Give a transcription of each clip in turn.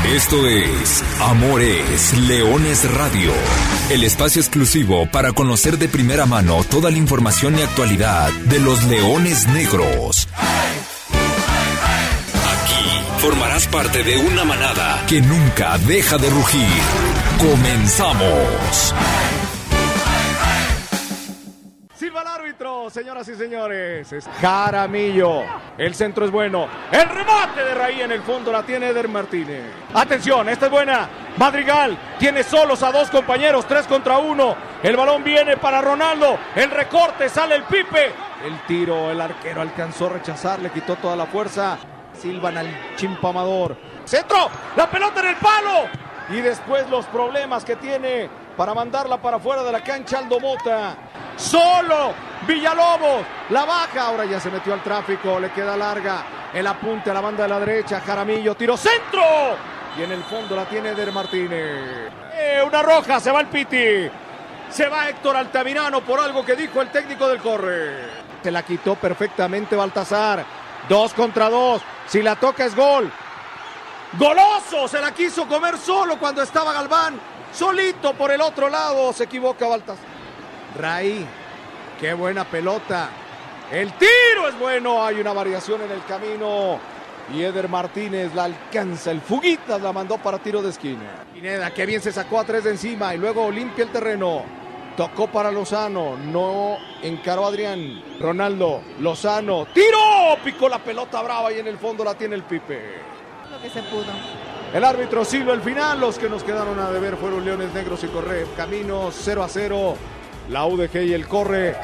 Esto es Amores Leones Radio, el espacio exclusivo para conocer de primera mano toda la información y actualidad de los Leones Negros. Aquí formarás parte de una manada que nunca deja de rugir. ¡Comenzamos! Silva el árbitro, señoras y señores. Es Jaramillo. El centro es bueno. El remate de Raí en el fondo la tiene Eder Martínez. Atención, esta es buena. Madrigal tiene solos a dos compañeros, 3 contra 1. El balón viene para Ronaldo. El recorte, sale el Pipe. El tiro, el arquero alcanzó a rechazar, le quitó toda la fuerza. Silvan al Chimpa Amador. Centro, la pelota en el palo. Y después los problemas que tiene para mandarla para afuera de la cancha Aldo Mota. Solo Villalobos, la baja, ahora ya se metió al tráfico, le queda larga, el apunte a la banda de la derecha, Jaramillo, tiro centro, y en el fondo la tiene Eder Martínez. Una roja, se va el Piti, se va Héctor Altamirano por algo que dijo el técnico del Corre. Se la quitó perfectamente Baltazar, 2 contra 2, si la toca es gol. Goloso, se la quiso comer solo cuando estaba Galván, solito por el otro lado, se equivoca Baltazar. Raí, qué buena pelota, el tiro es bueno, hay una variación en el camino y Eder Martínez la alcanza, el Fuguitas la mandó para tiro de esquina. Pineda, que bien se sacó a 3 de encima y luego limpia el terreno, tocó para Lozano, no encaró a Adrián, Ronaldo, Lozano, tiro, picó la pelota brava y en el fondo la tiene el Pipe. Lo que se pudo. El árbitro silba el final, los que nos quedaron a deber fueron Leones Negros y Corre, camino 0-0. La UDG y el Corre.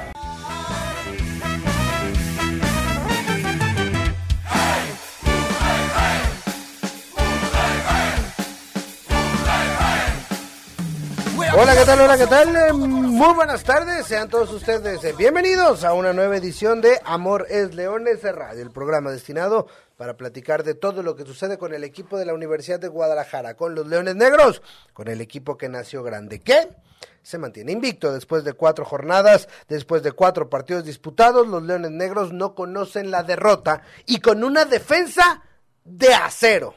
Hola, ¿qué tal? Hola, ¿qué tal? Muy buenas tardes, sean todos ustedes bienvenidos a una nueva edición de Amor es Leones Radio, el programa destinado para platicar de todo lo que sucede con el equipo de la Universidad de Guadalajara, con los Leones Negros, con el equipo que nació grande, ¿qué? Se mantiene invicto después de 4 jornadas, después de 4 partidos disputados, los Leones Negros no conocen la derrota y con una defensa de acero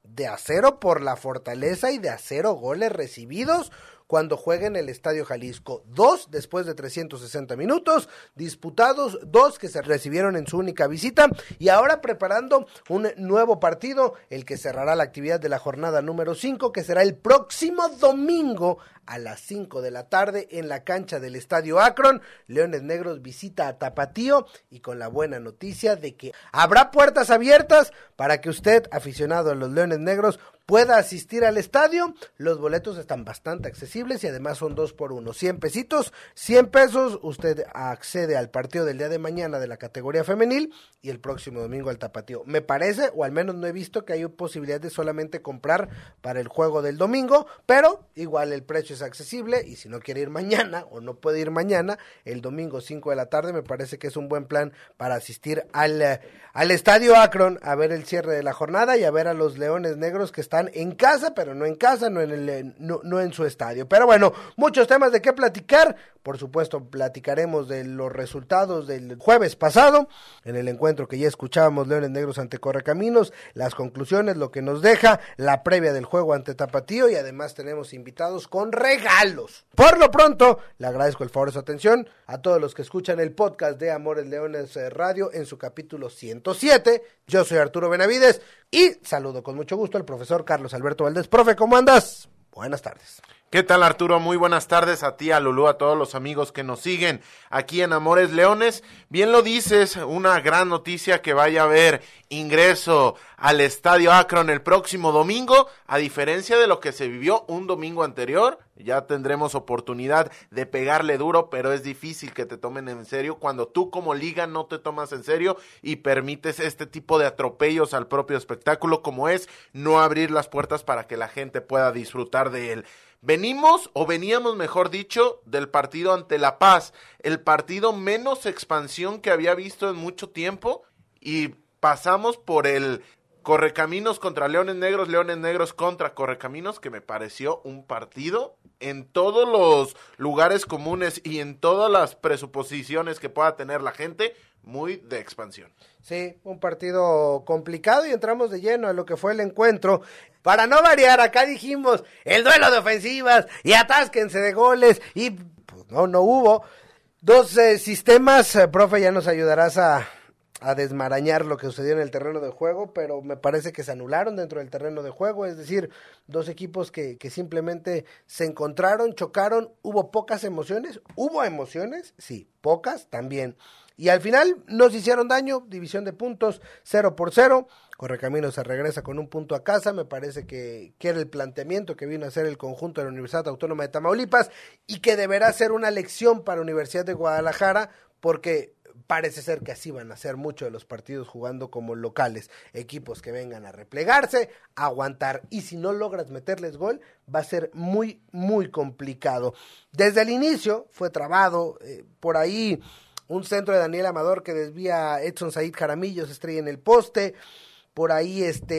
por la fortaleza y de acero goles recibidos cuando juega en el Estadio Jalisco. 2 después de 360 minutos disputados, 2 que se recibieron en su única visita y ahora preparando un nuevo partido, el que cerrará la actividad de la jornada número 5, que será el próximo domingo a las 5 de la tarde en la cancha del Estadio Akron. Leones Negros visita a Tapatío y con la buena noticia de que habrá puertas abiertas para que usted, aficionado a los Leones Negros, pueda asistir al estadio. Los boletos están bastante accesibles y además son 2 por 1, 100 pesitos, 100 pesos, usted accede al partido del día de mañana de la categoría femenil y el próximo domingo al Tapatío. Me parece, o al menos no he visto que hay posibilidad de solamente comprar para el juego del domingo, pero igual el precio es accesible y si no quiere ir mañana o no puede ir mañana, el domingo 5 de la tarde me parece que es un buen plan para asistir al Estadio Akron a ver el cierre de la jornada y a ver a los Leones Negros que están en casa, pero no en casa, no en su estadio. Pero bueno, muchos temas de qué platicar. Por supuesto, platicaremos de los resultados del jueves pasado, en el encuentro que ya escuchábamos, Leones Negros ante Correcaminos, las conclusiones, lo que nos deja, la previa del juego ante Tapatío y además tenemos invitados con regalos. Por lo pronto, le agradezco el favor de su atención a todos los que escuchan el podcast de Amores Leones Radio en su capítulo 107. Yo soy Arturo Benavides y saludo con mucho gusto al profesor Carlos Alberto Valdés. Profe, ¿cómo andas? Buenas tardes. ¿Qué tal, Arturo? Muy buenas tardes a ti, a Lulú, a todos los amigos que nos siguen aquí en Amores Leones. Bien lo dices, una gran noticia que vaya a haber ingreso al Estadio Akron el próximo domingo, a diferencia de lo que se vivió un domingo anterior. Ya tendremos oportunidad de pegarle duro, pero es difícil que te tomen en serio cuando tú como liga no te tomas en serio y permites este tipo de atropellos al propio espectáculo, como es no abrir las puertas para que la gente pueda disfrutar de él. Veníamos, mejor dicho, del partido ante La Paz, el partido menos expansión que había visto en mucho tiempo, y pasamos por el Correcaminos contra Leones Negros contra Correcaminos, que me pareció un partido en todos los lugares comunes y en todas las presuposiciones que pueda tener la gente, muy de expansión. Sí, un partido complicado y entramos de lleno a lo que fue el encuentro. Para no variar, acá dijimos el duelo de ofensivas y atásquense de goles y pues no hubo. Dos sistemas, profe, ya nos ayudarás a desmarañar lo que sucedió en el terreno de juego, pero me parece que se anularon dentro del terreno de juego, es decir, dos equipos que simplemente se encontraron, chocaron, hubo pocas emociones, sí, pocas también, y al final nos hicieron daño, división de puntos, 0-0, Correcaminos se regresa con un punto a casa, me parece que era el planteamiento que vino a hacer el conjunto de la Universidad Autónoma de Tamaulipas, y que deberá ser una lección para la Universidad de Guadalajara, porque parece ser que así van a ser muchos de los partidos jugando como locales, equipos que vengan a replegarse, a aguantar, y si no logras meterles gol, va a ser muy, muy complicado. Desde el inicio fue trabado, por ahí un centro de Daniel Amador que desvía a Edson Said Jaramillo, se estrella en el poste, por ahí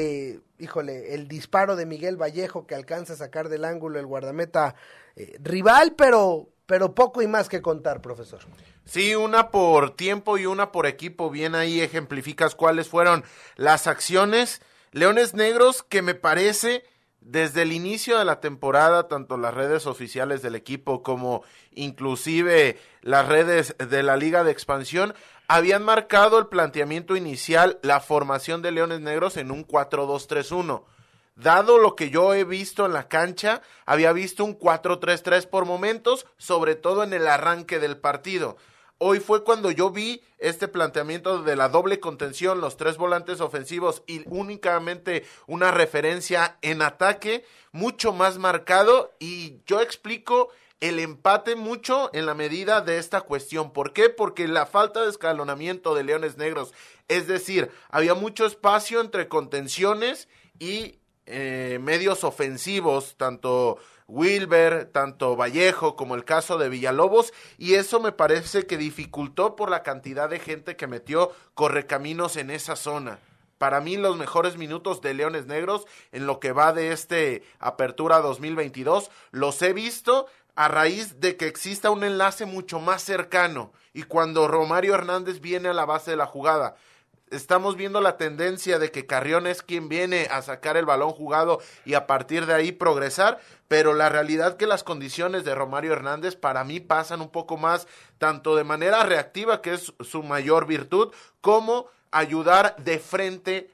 el disparo de Miguel Vallejo que alcanza a sacar del ángulo el guardameta rival, pero poco y más que contar, profesor. Sí, una por tiempo y una por equipo. Bien ahí ejemplificas cuáles fueron las acciones. Leones Negros, que me parece desde el inicio de la temporada, tanto las redes oficiales del equipo como inclusive las redes de la Liga de Expansión, habían marcado el planteamiento inicial, la formación de Leones Negros en un 4-2-3-1. Dado lo que yo he visto en la cancha, había visto un 4-3-3 por momentos, sobre todo en el arranque del partido. Hoy fue cuando yo vi este planteamiento de la doble contención, los tres volantes ofensivos y únicamente una referencia en ataque, mucho más marcado, y yo explico el empate mucho en la medida de esta cuestión. ¿Por qué? Porque la falta de escalonamiento de Leones Negros, es decir, había mucho espacio entre contenciones y medios ofensivos, tanto Wilber, tanto Vallejo, como el caso de Villalobos, y eso me parece que dificultó por la cantidad de gente que metió Correcaminos en esa zona. Para mí los mejores minutos de Leones Negros en lo que va de Apertura 2022 los he visto a raíz de que exista un enlace mucho más cercano, y cuando Romario Hernández viene a la base de la jugada. Estamos viendo la tendencia de que Carrión es quien viene a sacar el balón jugado y a partir de ahí progresar, pero la realidad que las condiciones de Romario Hernández para mí pasan un poco más tanto de manera reactiva, que es su mayor virtud, como ayudar de frente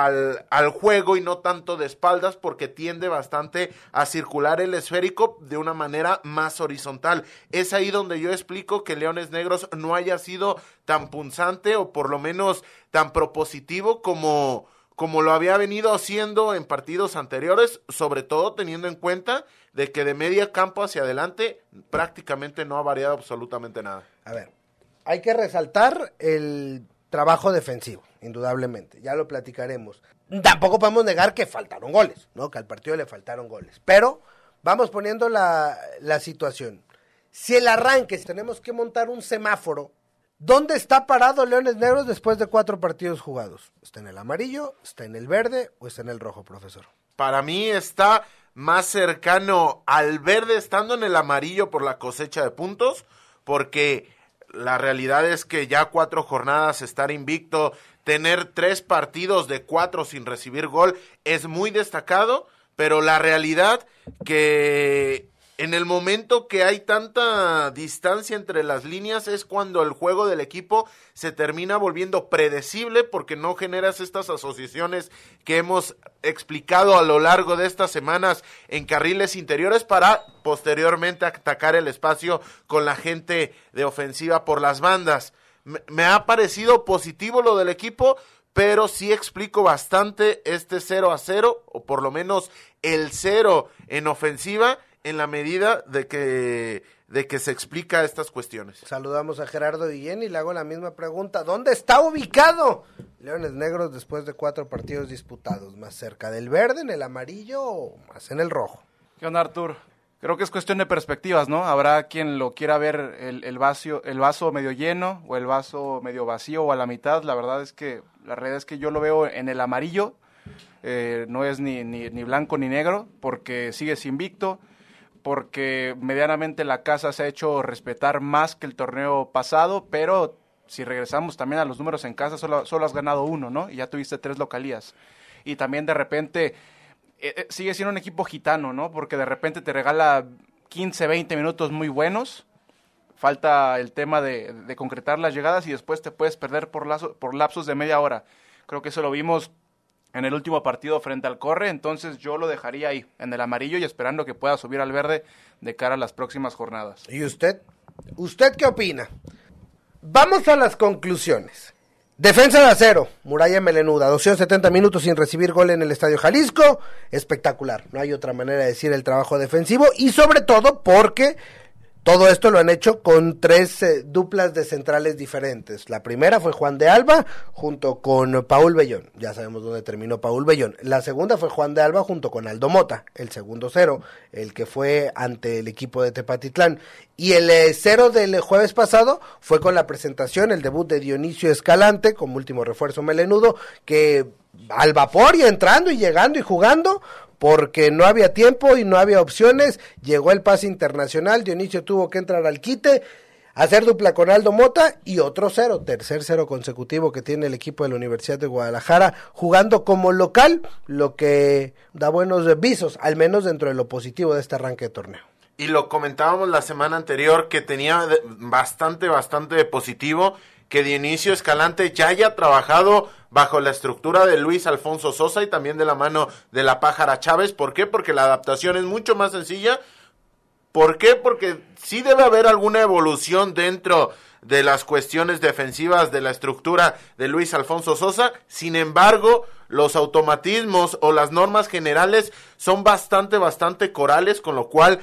al juego y no tanto de espaldas, porque tiende bastante a circular el esférico de una manera más horizontal. Es ahí donde yo explico que Leones Negros no haya sido tan punzante o por lo menos tan propositivo como lo había venido haciendo en partidos anteriores, sobre todo teniendo en cuenta de que de media campo hacia adelante prácticamente no ha variado absolutamente nada. A ver, hay que resaltar el trabajo defensivo, indudablemente, ya lo platicaremos. Tampoco podemos negar que faltaron goles, ¿no? Que al partido le faltaron goles, pero vamos poniendo la situación. Si el arranque, si tenemos que montar un semáforo, ¿dónde está parado Leones Negros después de 4 partidos jugados? ¿Está en el amarillo, está en el verde o está en el rojo, profesor? Para mí está más cercano al verde, estando en el amarillo por la cosecha de puntos, porque la realidad es que ya 4 jornadas, estar invicto, tener 3 partidos de 4 sin recibir gol es muy destacado, pero la realidad que en el momento que hay tanta distancia entre las líneas es cuando el juego del equipo se termina volviendo predecible, porque no generas estas asociaciones que hemos explicado a lo largo de estas semanas en carriles interiores para posteriormente atacar el espacio con la gente de ofensiva por las bandas. Me ha parecido positivo lo del equipo, pero sí explico bastante 0-0, o por lo menos el 0 en ofensiva, en la medida de que se explica estas cuestiones. Saludamos a Gerardo Guillén y le hago la misma pregunta. ¿Dónde está ubicado Leones Negros después de 4 partidos disputados? ¿Más cerca del verde, en el amarillo o más en el rojo? ¿Qué onda, Artur? Creo que es cuestión de perspectivas, ¿no? Habrá quien lo quiera ver el vaso medio lleno o el vaso medio vacío o a la mitad. La verdad es que yo lo veo en el amarillo. no es ni blanco ni negro, porque sigues invicto, porque medianamente la casa se ha hecho respetar más que el torneo pasado, pero si regresamos también a los números en casa, solo has ganado 1, ¿no? Y ya tuviste 3 localías. Y también de repente sigue siendo un equipo gitano, ¿no? Porque de repente te regala 15, 20 minutos muy buenos, falta el tema de concretar las llegadas y después te puedes perder por lapsos de media hora. Creo que eso lo vimos en el último partido frente al Corre, entonces yo lo dejaría ahí, en el amarillo y esperando que pueda subir al verde de cara a las próximas jornadas. ¿Y usted? ¿Usted qué opina? Vamos a las conclusiones. Defensa de acero, Muralla Melenuda, 270 minutos sin recibir gol en el Estadio Jalisco, espectacular, no hay otra manera de decir el trabajo defensivo y sobre todo porque todo esto lo han hecho con 3 duplas de centrales diferentes. La primera fue Juan de Alba junto con Paul Bellón. Ya sabemos dónde terminó Paul Bellón. La segunda fue Juan de Alba junto con Aldo Mota, el segundo 0, el que fue ante el equipo de Tepatitlán. Y el 0 del jueves pasado fue con la presentación, el debut de Dionisio Escalante como último refuerzo melenudo, que al vapor y entrando y llegando y jugando, porque no había tiempo y no había opciones, llegó el pase internacional, Dionisio tuvo que entrar al quite, hacer dupla con Aldo Mota y otro 0, tercer 0 consecutivo que tiene el equipo de la Universidad de Guadalajara, jugando como local, lo que da buenos visos, al menos dentro de lo positivo de este arranque de torneo. Y lo comentábamos la semana anterior, que tenía bastante positivo, que Dionisio Escalante ya haya trabajado bajo la estructura de Luis Alfonso Sosa y también de la mano de la Pájara Chávez. ¿Por qué? Porque la adaptación es mucho más sencilla. ¿Por qué? Porque sí debe haber alguna evolución dentro de las cuestiones defensivas de la estructura de Luis Alfonso Sosa. Sin embargo, los automatismos o las normas generales son bastante corales, con lo cual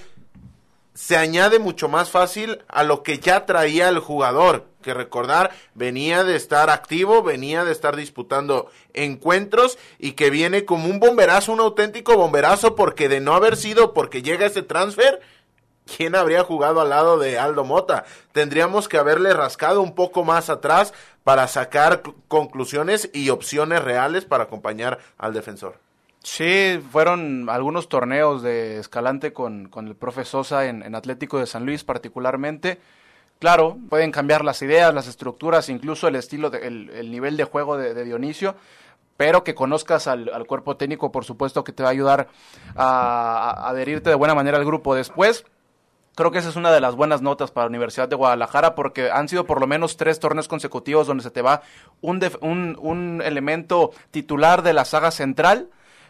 se añade mucho más fácil a lo que ya traía el jugador, que recordar, venía de estar activo, venía de estar disputando encuentros y que viene como un bomberazo, un auténtico bomberazo, porque de no haber sido porque llega ese transfer, ¿quién habría jugado al lado de Aldo Mota? Tendríamos que haberle rascado un poco más atrás para sacar conclusiones y opciones reales para acompañar al defensor. Sí, fueron algunos torneos de Escalante con el profe Sosa en Atlético de San Luis particularmente. Claro, pueden cambiar las ideas, las estructuras, incluso el estilo, el nivel de juego de Dionisio, pero que conozcas al cuerpo técnico, por supuesto que te va a ayudar a adherirte de buena manera al grupo. Después, creo que esa es una de las buenas notas para la Universidad de Guadalajara, porque han sido por lo menos 3 torneos consecutivos donde se te va un elemento titular de la saga central,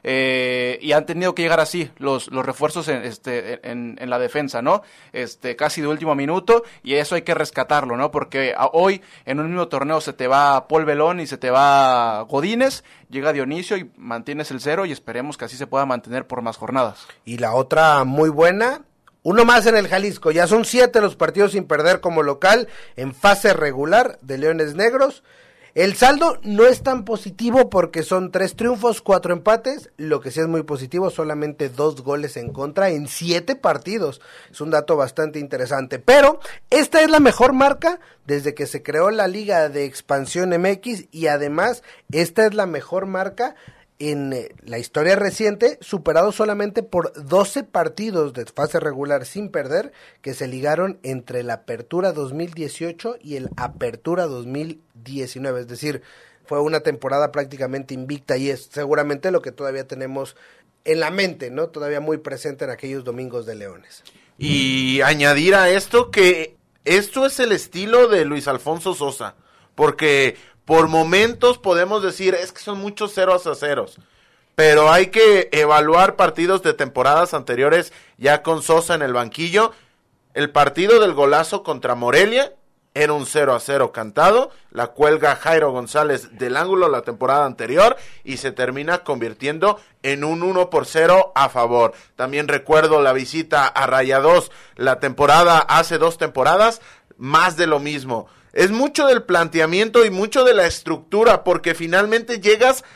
y han tenido que llegar así los refuerzos en la defensa, ¿no? Casi de último minuto, y eso hay que rescatarlo, ¿no? Porque hoy en un mismo torneo se te va Paul Belón y se te va Godínez, llega Dionisio y mantienes el 0 y esperemos que así se pueda mantener por más jornadas. Y la otra muy buena, uno más en el Jalisco, ya son 7 los partidos sin perder como local en fase regular de Leones Negros. El saldo no es tan positivo porque son 3 triunfos, 4 empates, lo que sí es muy positivo, solamente 2 goles en contra en 7 partidos, es un dato bastante interesante, pero esta es la mejor marca desde que se creó la Liga de Expansión MX y además esta es la mejor marca en la historia reciente, superado solamente por 12 partidos de fase regular sin perder que se ligaron entre la Apertura 2018 y el Apertura 2019, es decir, fue una temporada prácticamente invicta y es seguramente lo que todavía tenemos en la mente, ¿no? Todavía muy presente en aquellos domingos de Leones. Y añadir a esto que esto es el estilo de Luis Alfonso Sosa, porque por momentos podemos decir, es que son muchos 0-0, pero hay que evaluar partidos de temporadas anteriores ya con Sosa en el banquillo. El partido del golazo contra Morelia era un 0-0 cantado, la cuelga Jairo González del ángulo la temporada anterior y se termina convirtiendo en un 1-0 a favor. También recuerdo la visita a Rayados la temporada, hace 2 temporadas, más de lo mismo. Es mucho del planteamiento y mucho de la estructura, porque finalmente llegas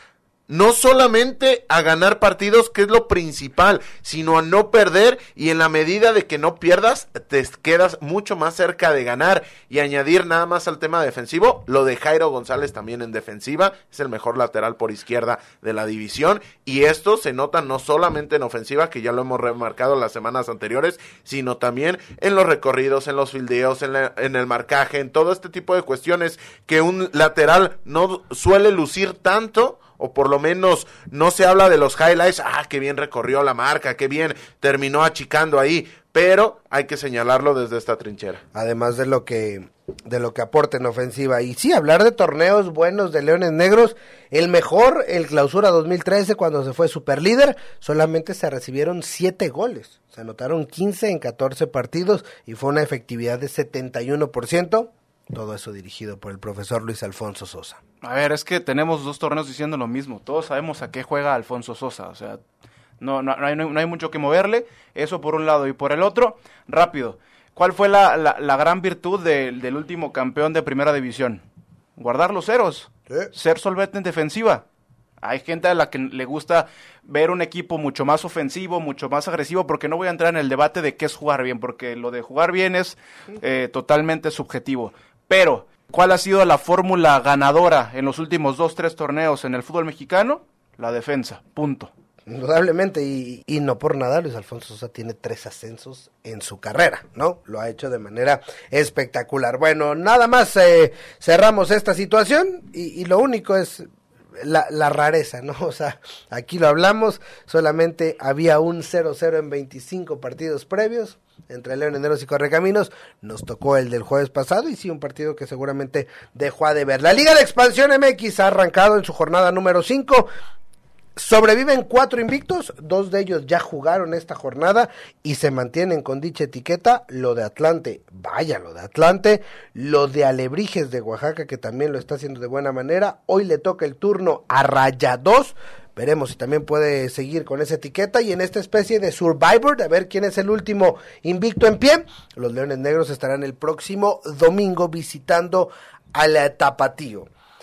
no solamente a ganar partidos, que es lo principal, sino a no perder, y en la medida de que no pierdas, te quedas mucho más cerca de ganar. Y añadir nada más al tema defensivo, lo de Jairo González también en defensiva, es el mejor lateral por izquierda de la división, y esto se nota no solamente en ofensiva, que ya lo hemos remarcado las semanas anteriores, sino también en los recorridos, en los fildeos, en el marcaje, en todo este tipo de cuestiones que un lateral no suele lucir tanto, o por lo menos no se habla de los highlights, qué bien recorrió la marca, qué bien terminó achicando ahí, pero hay que señalarlo desde esta trinchera. Además de lo que aporta en ofensiva. Y sí, hablar de torneos buenos de Leones Negros, el mejor, el Clausura 2013, cuando se fue superlíder, solamente se recibieron 7 goles, se anotaron 15 en 14 partidos, y fue una efectividad de 71%, todo eso dirigido por el profesor Luis Alfonso Sosa. A ver, es que tenemos 2 torneos diciendo lo mismo. Todos sabemos a qué juega Alfonso Sosa. O sea, no hay mucho que moverle. Eso por un lado. Y por el otro, rápido. ¿Cuál fue la gran virtud del último campeón de primera división? Guardar los ceros. ¿Sí? Ser solvente en defensiva. Hay gente a la que le gusta ver un equipo mucho más ofensivo, mucho más agresivo, porque no voy a entrar en el debate de qué es jugar bien, porque lo de jugar bien es totalmente subjetivo. Pero, ¿cuál ha sido la fórmula ganadora en los últimos 2-3 torneos en el fútbol mexicano? La defensa, punto. Indudablemente, y no por nada Luis Alfonso Sosa tiene 3 ascensos en su carrera, ¿no? Lo ha hecho de manera espectacular. Bueno, nada más cerramos esta situación, y lo único es la rareza, ¿no? O sea, aquí lo hablamos, solamente había un 0-0 en 25 partidos previos entre Leones Negros y Correcaminos. Nos tocó el del jueves pasado, y sí, un partido que seguramente dejó a deber. La Liga de Expansión MX ha arrancado en su jornada número 5. Sobreviven 4 invictos, 2 de ellos ya jugaron esta jornada y se mantienen con dicha etiqueta. Lo de Atlante, vaya lo de Atlante, lo de Alebrijes de Oaxaca, que también lo está haciendo de buena manera. Hoy le toca el turno a Rayados, veremos si también puede seguir con esa etiqueta, y en esta especie de Survivor, de ver quién es el último invicto en pie, los Leones Negros estarán el próximo domingo visitando al Tapatío,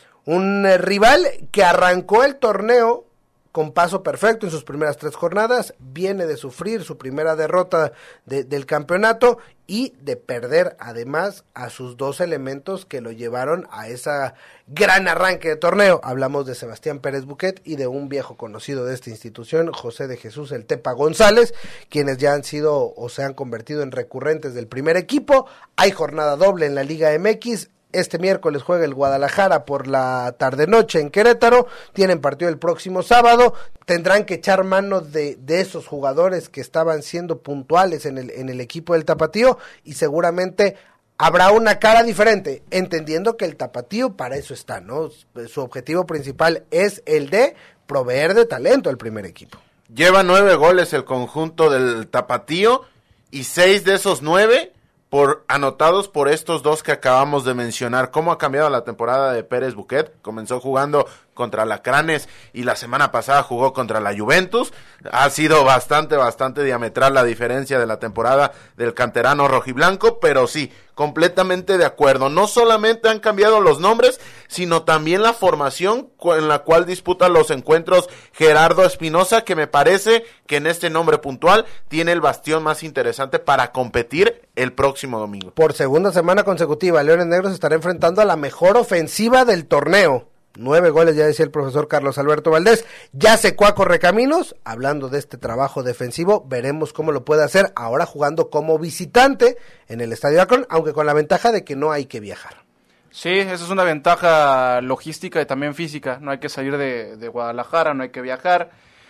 un rival que arrancó el torneo con paso perfecto en sus primeras 3 jornadas, viene de sufrir su primera derrota del campeonato y de perder además a sus 2 elementos que lo llevaron a esa gran arranque de torneo. Hablamos de Sebastián Pérez Buquet y de un viejo conocido de esta institución, José de Jesús El Tepa González, quienes ya han sido o se han convertido en recurrentes del primer equipo. Hay jornada doble en la Liga MX. Este miércoles juega el Guadalajara por la tarde-noche en Querétaro, tienen partido el próximo sábado, tendrán que echar mano de esos jugadores que estaban siendo puntuales en el equipo del Tapatío, y seguramente habrá una cara diferente, entendiendo que el Tapatío para eso está, ¿no? Su objetivo principal es el de proveer de talento al primer equipo. Lleva 9 goles el conjunto del Tapatío, y 6 de esos 9 anotados por estos 2 que acabamos de mencionar. ¿Cómo ha cambiado la temporada de Pérez Buquet? Comenzó jugando contra Alacranes y la semana pasada jugó contra la Juventus. Ha sido bastante diametral la diferencia de la temporada del canterano rojiblanco, pero sí, completamente de acuerdo. No solamente han cambiado los nombres, sino también la formación en la cual disputa los encuentros Gerardo Espinosa, que me parece que en este nombre puntual tiene el bastión más interesante para competir el próximo domingo. Por segunda semana consecutiva, Leones Negros estará enfrentando a la mejor ofensiva del torneo. 9 goles, ya decía el profesor Carlos Alberto Valdés. Ya secó a Correcaminos. Hablando de este trabajo defensivo, veremos cómo lo puede hacer ahora jugando como visitante en el Estadio Akron, aunque con la ventaja de que no hay que viajar. Sí, esa es una ventaja logística y también física. No hay que salir de Guadalajara, no hay que viajar.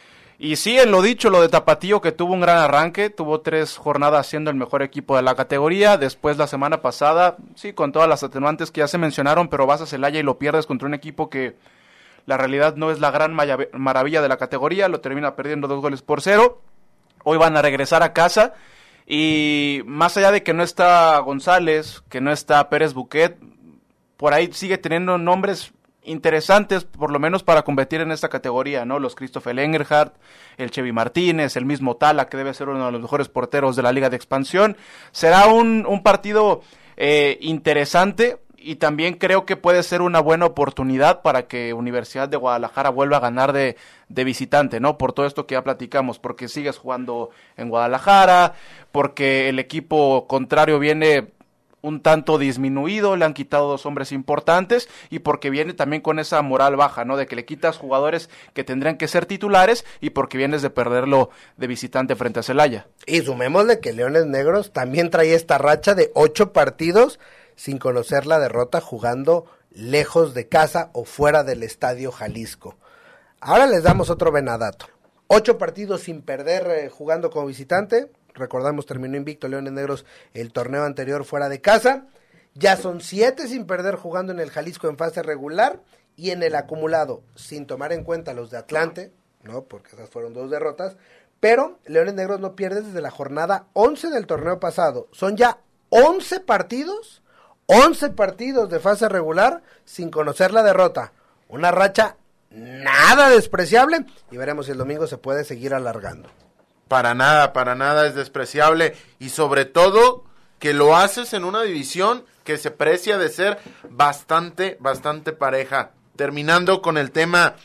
Y sí, en lo dicho, lo de Tapatío, que tuvo un gran arranque, tuvo 3 jornadas siendo el mejor equipo de la categoría. Después, la semana pasada, sí, con todas las atenuantes que ya se mencionaron, pero vas a Celaya y lo pierdes contra un equipo que la realidad no es la gran maravilla de la categoría, lo termina perdiendo 2-0. Hoy van a regresar a casa, y más allá de que no está González, que no está Pérez Buquet, por ahí sigue teniendo nombres interesantes, por lo menos para competir en esta categoría, ¿no? Los Christopher Engerhardt, el Chevy Martínez, el mismo Tala, que debe ser uno de los mejores porteros de la Liga de Expansión. Será un partido interesante, y también creo que puede ser una buena oportunidad para que Universidad de Guadalajara vuelva a ganar de visitante, ¿no? Por todo esto que ya platicamos, porque sigues jugando en Guadalajara, porque el equipo contrario viene un tanto disminuido, le han quitado 2 hombres importantes y porque viene también con esa moral baja, ¿no? De que le quitas jugadores que tendrían que ser titulares y porque vienes de perderlo de visitante frente a Celaya. Y sumémosle que Leones Negros también trae esta racha de 8 partidos sin conocer la derrota jugando lejos de casa o fuera del Estadio Jalisco. Ahora les damos otro venadato. 8 partidos sin perder jugando como visitante. Recordamos, terminó invicto Leones Negros el torneo anterior fuera de casa. Ya son 7 sin perder jugando en el Jalisco en fase regular y en el acumulado, sin tomar en cuenta los de Atlante, ¿no? Porque esas fueron 2 derrotas. Pero Leones Negros no pierde desde la jornada 11 del torneo pasado. Son ya 11 partidos de fase regular sin conocer la derrota. Una racha nada despreciable y veremos si el domingo se puede seguir alargando. Para nada es despreciable y sobre todo que lo haces en una división que se precia de ser bastante pareja. Terminando con el tema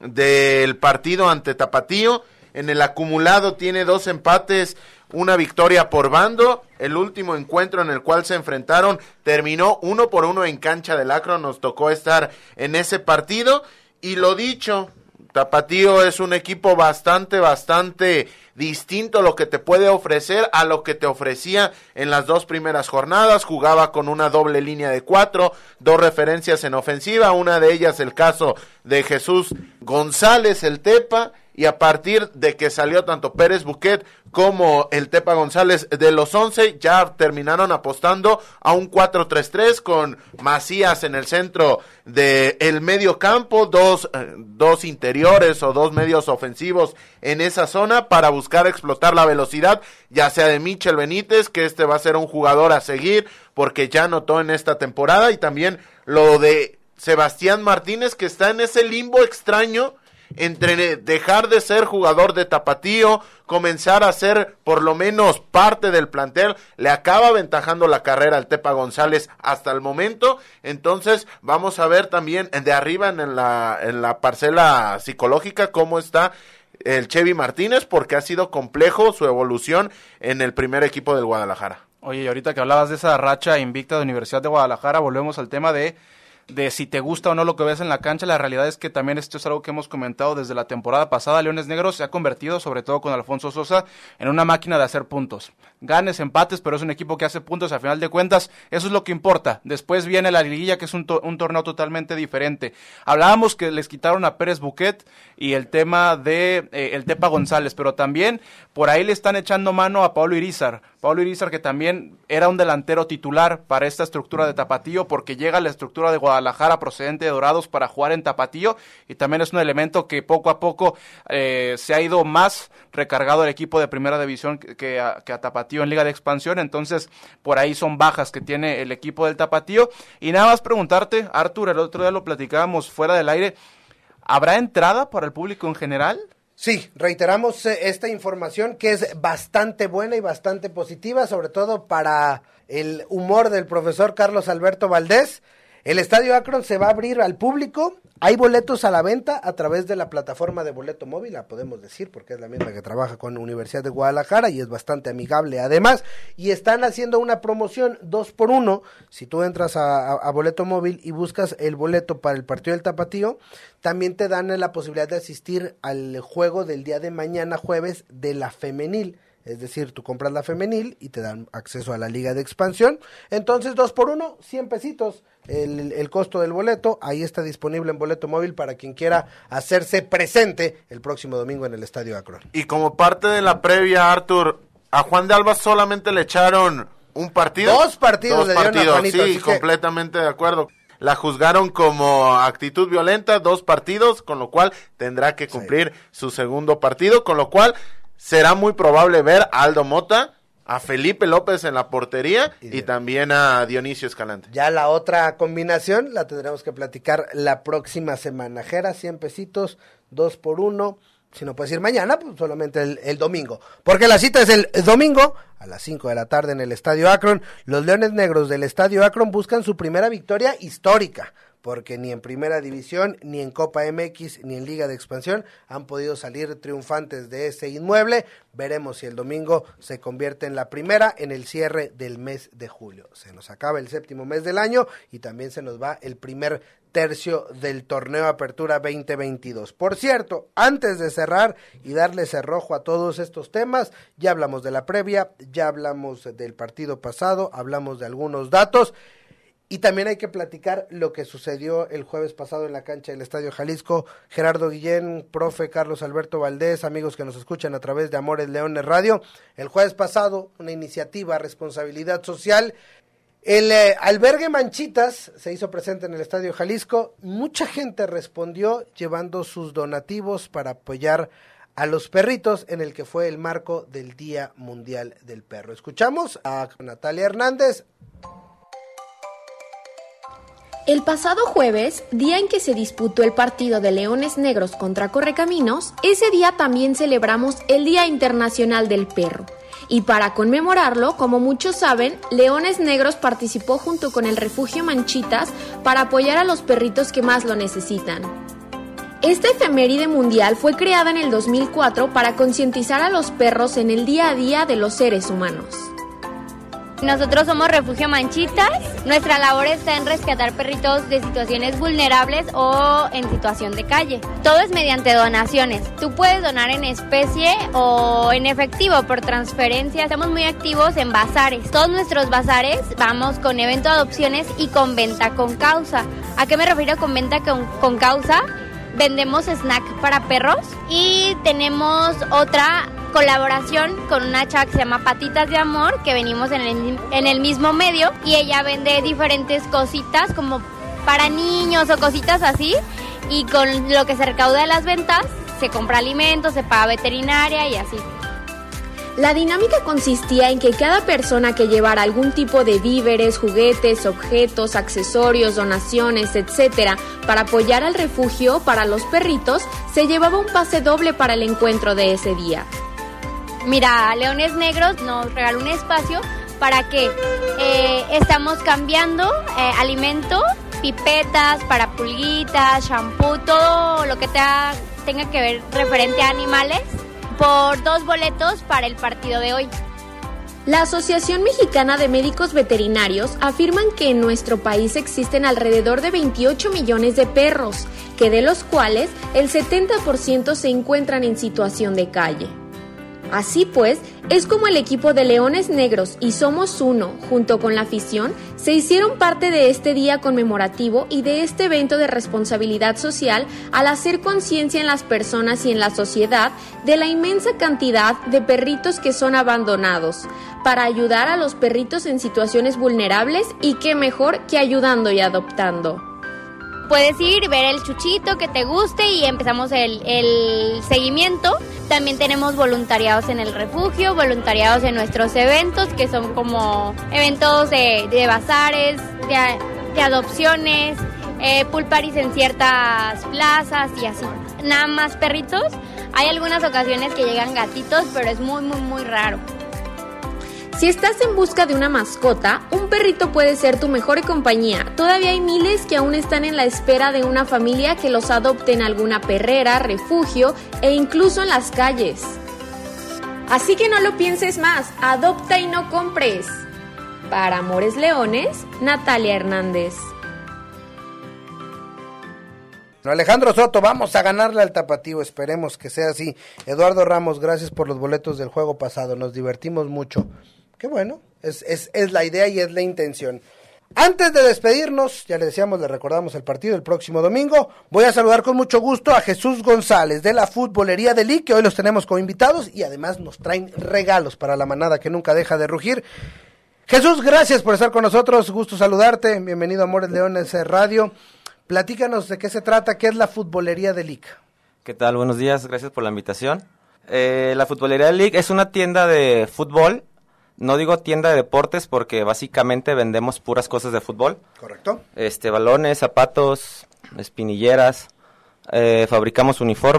del partido ante Tapatío, en el acumulado tiene 2 empates, 1 victoria por bando. El último encuentro en el cual se enfrentaron terminó 1-1 en cancha del Akron, nos tocó estar en ese partido y lo dicho, Tapatío es un equipo bastante distinto a lo que te puede ofrecer a lo que te ofrecía en las 2 primeras jornadas. Jugaba con una doble línea de 4, 2 referencias en ofensiva, una de ellas el caso de Jesús González, el Tepa, y a partir de que salió tanto Pérez Buquet como el Tepa González de los 11, ya terminaron apostando a un 4-3-3 con Macías en el centro del medio campo, dos interiores o 2 medios ofensivos en esa zona para buscar explotar la velocidad, ya sea de Michel Benítez, que va a ser un jugador a seguir porque ya anotó en esta temporada, y también lo de Sebastián Martínez, que está en ese limbo extraño entre dejar de ser jugador de Tapatío, comenzar a ser por lo menos parte del plantel. Le acaba aventajando la carrera al Tepa González hasta el momento, entonces vamos a ver también de arriba en la parcela psicológica cómo está el Chevy Martínez, porque ha sido complejo su evolución en el primer equipo del Guadalajara. Oye, y ahorita que hablabas de esa racha invicta de Universidad de Guadalajara, volvemos al tema de si te gusta o no lo que ves en la cancha. La realidad es que también esto es algo que hemos comentado desde la temporada pasada. Leones Negros se ha convertido, sobre todo con Alfonso Sosa, en una máquina de hacer puntos. Ganes, empates, pero es un equipo que hace puntos. A final de cuentas, eso es lo que importa. Después viene la liguilla, que es un torneo totalmente diferente. Hablábamos que les quitaron a Pérez Buquet y el tema de el Tepa González, pero también por ahí le están echando mano a Pablo Irizar, que también era un delantero titular para esta estructura de Tapatío, porque llega a la estructura de Guadalajara procedente de Dorados para jugar en Tapatío, y también es un elemento que poco a poco se ha ido más recargado el equipo de primera división que a Tapatío en Liga de Expansión. Entonces por ahí son bajas que tiene el equipo del Tapatío. Y nada más preguntarte, Artur, el otro día lo platicábamos fuera del aire, ¿habrá entrada para el público en general? Sí, reiteramos esta información que es bastante buena y bastante positiva, sobre todo para el humor del profesor Carlos Alberto Valdés. El Estadio Akron se va a abrir al público. Hay boletos a la venta a través de la plataforma de boleto móvil, la podemos decir, porque es la misma que trabaja con Universidad de Guadalajara y es bastante amigable además. Y están haciendo una promoción 2x1. Si tú entras a boleto móvil y buscas el boleto para el partido del Tapatío, también te dan la posibilidad de asistir al juego del día de mañana jueves de la femenil. Es decir, tú compras la femenil y te dan acceso a la Liga de Expansión. Entonces, 2x1, 100 pesitos el costo del boleto. Ahí está disponible en boleto móvil para quien quiera hacerse presente el próximo domingo en el Estadio Akron. Y como parte de la previa, Artur, a Juan de Alba solamente le echaron un partido. Dos partidos, Juanito, sí, completamente de acuerdo. La juzgaron como actitud violenta, 2 partidos, con lo cual tendrá que cumplir su segundo partido, con lo cual será muy probable ver a Aldo Mota, a Felipe López en la portería y también a Dionisio Escalante. Ya la otra combinación la tendremos que platicar la próxima semana. Jera, 100 pesitos, 2x1, si no puedes ir mañana, pues solamente el domingo. Porque la cita es el domingo a las 5 de la tarde en el Estadio Akron. Los Leones Negros del Estadio Akron buscan su primera victoria histórica, porque ni en Primera División, ni en Copa MX, ni en Liga de Expansión han podido salir triunfantes de ese inmueble. Veremos si el domingo se convierte en la primera en el cierre del mes de julio. Se nos acaba el 7º mes del año y también se nos va el primer tercio del torneo Apertura 2022. Por cierto, antes de cerrar y darle cerrojo a todos estos temas, ya hablamos de la previa, ya hablamos del partido pasado, hablamos de algunos datos. Y también hay que platicar lo que sucedió el jueves pasado en la cancha del Estadio Jalisco. Gerardo Guillén, profe Carlos Alberto Valdés, amigos que nos escuchan a través de Amores Leones Radio. El jueves pasado, una iniciativa, responsabilidad social. El albergue Manchitas se hizo presente en el Estadio Jalisco. Mucha gente respondió llevando sus donativos para apoyar a los perritos en el que fue el marco del Día Mundial del Perro. Escuchamos a Natalia Hernández. El pasado jueves, día en que se disputó el partido de Leones Negros contra Correcaminos, ese día también celebramos el Día Internacional del Perro. Y para conmemorarlo, como muchos saben, Leones Negros participó junto con el Refugio Manchitas para apoyar a los perritos que más lo necesitan. Esta efeméride mundial fue creada en el 2004 para concientizar a los perros en el día a día de los seres humanos. Nosotros somos Refugio Manchitas. Nuestra labor está en rescatar perritos de situaciones vulnerables o en situación de calle. Todo es mediante donaciones. Tú puedes donar en especie o en efectivo por transferencia. Estamos muy activos en bazares. Todos nuestros bazares vamos con evento de adopciones y con venta con causa. ¿A qué me refiero con venta con causa? Vendemos snack para perros y tenemos otra colaboración con una chava que se llama Patitas de Amor, que venimos en el mismo medio, y ella vende diferentes cositas como para niños o cositas así, y con lo que se recauda de las ventas se compra alimentos, se paga veterinaria y así. La dinámica consistía en que cada persona que llevara algún tipo de víveres, juguetes, objetos, accesorios, donaciones, etc., para apoyar al refugio para los perritos, se llevaba un pase doble para el encuentro de ese día. Mira, Leones Negros nos regaló un espacio para que estamos cambiando alimento, pipetas para pulguitas, shampoo, todo lo que tenga que ver referente a animales, por 2 boletos para el partido de hoy. La Asociación Mexicana de Médicos Veterinarios afirman que en nuestro país existen alrededor de 28 millones de perros, que de los cuales el 70% se encuentran en situación de calle. Así pues, es como el equipo de Leones Negros y Somos Uno, junto con la afición, se hicieron parte de este día conmemorativo y de este evento de responsabilidad social al hacer conciencia en las personas y en la sociedad de la inmensa cantidad de perritos que son abandonados, para ayudar a los perritos en situaciones vulnerables y qué mejor que ayudando y adoptando. Puedes ir, ver el chuchito que te guste y empezamos el seguimiento. También tenemos voluntariados en el refugio, voluntariados en nuestros eventos, que son como eventos de bazares, de adopciones, pool parties en ciertas plazas y así. Nada más perritos. Hay algunas ocasiones que llegan gatitos, pero es muy, muy, muy raro. Si estás en busca de una mascota, un perrito puede ser tu mejor compañía. Todavía hay miles que aún están en la espera de una familia que los adopte en alguna perrera, refugio e incluso en las calles. Así que no lo pienses más, adopta y no compres. Para Amores Leones, Natalia Hernández. Alejandro Soto, vamos a ganarle al Tapatío, esperemos que sea así. Eduardo Ramos, gracias por los boletos del juego pasado, nos divertimos mucho. Qué bueno, es la idea y es la intención. Antes de despedirnos, ya le decíamos, le recordamos el partido el próximo domingo. Voy a saludar con mucho gusto a Jesús González de la Futbolería de Lic, que hoy los tenemos como invitados y además nos traen regalos para la manada que nunca deja de rugir. Jesús, gracias por estar con nosotros, gusto saludarte, bienvenido a Amores Leones Radio. Platícanos de qué se trata, qué es la Futbolería de Lic. ¿Qué tal? Buenos días, gracias por la invitación. La Futbolería de Lic es una tienda de fútbol. No digo tienda de deportes porque básicamente vendemos puras cosas de fútbol. Correcto. Balones, zapatos, espinilleras, fabricamos uniformes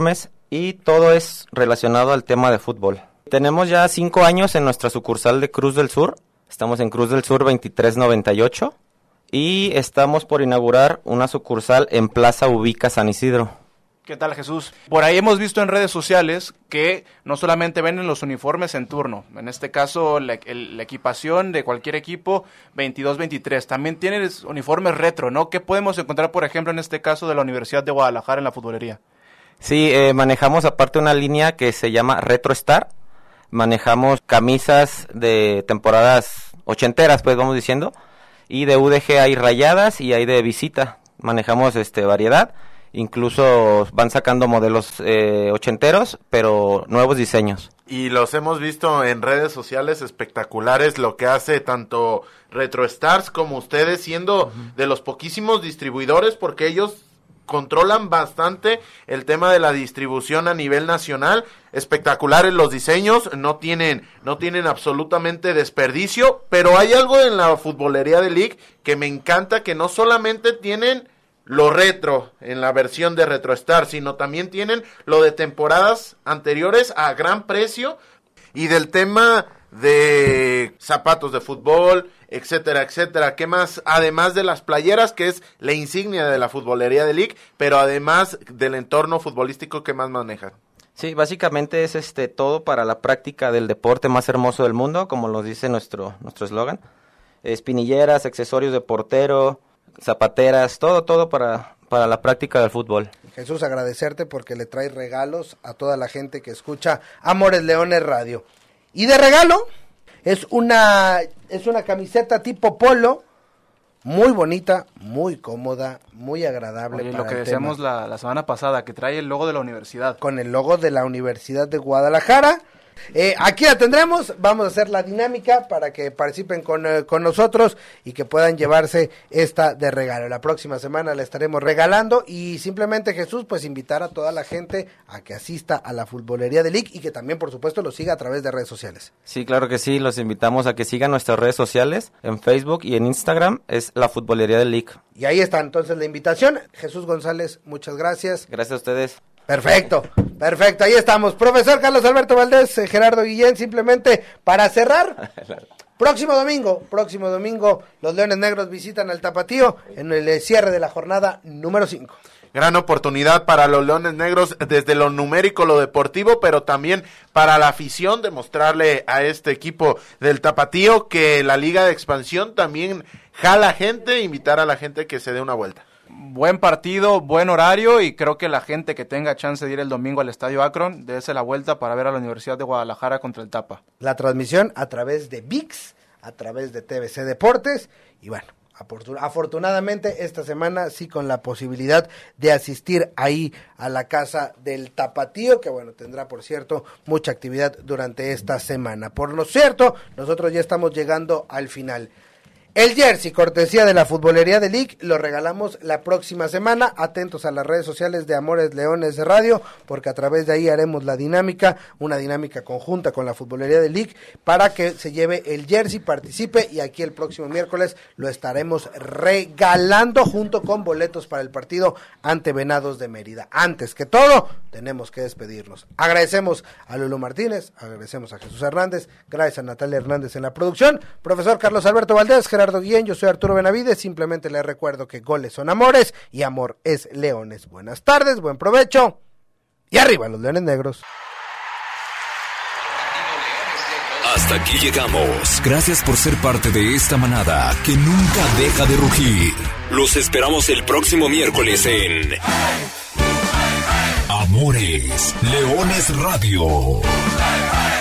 y todo es relacionado al tema de fútbol. Tenemos ya 5 años en nuestra sucursal de Cruz del Sur, estamos en Cruz del Sur 2398 y estamos por inaugurar una sucursal en Plaza Ubica San Isidro. ¿Qué tal, Jesús? Por ahí hemos visto en redes sociales que no solamente venden los uniformes en turno, en este caso la equipación de cualquier equipo 22-23, también tienen uniformes retro, ¿no? ¿Qué podemos encontrar, por ejemplo, en este caso de la Universidad de Guadalajara en la futbolería? Sí, manejamos aparte una línea que se llama Retro Star, manejamos camisas de temporadas ochenteras, pues vamos diciendo, y de UDG hay rayadas y hay de visita, manejamos variedad. Incluso van sacando modelos ochenteros, pero nuevos diseños. Y los hemos visto en redes sociales espectaculares, lo que hace tanto RetroStars como ustedes, siendo de los poquísimos distribuidores, porque ellos controlan bastante el tema de la distribución a nivel nacional. Espectaculares los diseños, no tienen absolutamente desperdicio, pero hay algo en la futbolería de League que me encanta, que no solamente tienen lo retro en la versión de RetroStar, sino también tienen lo de temporadas anteriores a gran precio, y del tema de zapatos de fútbol, etcétera, etcétera. ¿Qué más? Además de las playeras, que es la insignia de la futbolería de League, pero además del entorno futbolístico, que más manejan. Sí, básicamente es todo para la práctica del deporte más hermoso del mundo, como lo dice nuestro eslogan. Espinilleras, accesorios de portero, zapateras, todo para la práctica del fútbol. Jesús, agradecerte porque le traes regalos a toda la gente que escucha Amores Leones Radio. Y de regalo es una camiseta tipo polo, muy bonita, muy cómoda, muy agradable. Oye, para lo que el decíamos tema. la semana pasada, que trae el logo de la universidad. Con el logo de la Universidad de Guadalajara. Aquí la tendremos, vamos a hacer la dinámica para que participen con nosotros y que puedan llevarse esta de regalo. La próxima semana la estaremos regalando, y simplemente, Jesús, pues invitar a toda la gente a que asista a la futbolería de League y que también, por supuesto, lo siga a través de redes sociales. Sí, claro que sí, los invitamos a que sigan nuestras redes sociales, en Facebook y en Instagram, es la futbolería de League. Y ahí está entonces la invitación. Jesús González, muchas gracias. Gracias a ustedes. Perfecto, ahí estamos. Profesor Carlos Alberto Valdés, Gerardo Guillén, simplemente para cerrar, próximo domingo, los Leones Negros visitan al Tapatío en el cierre de la jornada número 5. Gran oportunidad para los Leones Negros, desde lo numérico, lo deportivo, pero también para la afición, de mostrarle a este equipo del Tapatío que la Liga de Expansión también jala gente, invitar a la gente que se dé una vuelta. Buen partido, buen horario, y creo que la gente que tenga chance de ir el domingo al Estadio Akron, dése la vuelta para ver a la Universidad de Guadalajara contra el Tapa. La transmisión a través de ViX, a través de TVC Deportes, y bueno, afortunadamente esta semana sí con la posibilidad de asistir ahí a la casa del Tapatío, que bueno, tendrá por cierto mucha actividad durante esta semana. Por lo cierto, nosotros ya estamos llegando al final. El jersey, cortesía de la futbolería de League, lo regalamos la próxima semana. Atentos a las redes sociales de Amores Leones de Radio, porque a través de ahí haremos la dinámica, una dinámica conjunta con la futbolería de League, para que se lleve el jersey, participe, y aquí el próximo miércoles lo estaremos regalando junto con boletos para el partido ante Venados de Mérida. Antes que todo, tenemos que despedirnos. Agradecemos a Lulú Martínez, agradecemos a Jesús Hernández, gracias a Natalia Hernández en la producción, profesor Carlos Alberto Valdés, Gerardo Guillén, yo soy Arturo Benavides. Simplemente les recuerdo que goles son amores y amor es leones. Buenas tardes, buen provecho y arriba los Leones Negros. Hasta aquí llegamos. Gracias por ser parte de esta manada que nunca deja de rugir. Los esperamos el próximo miércoles en Amores Leones Radio.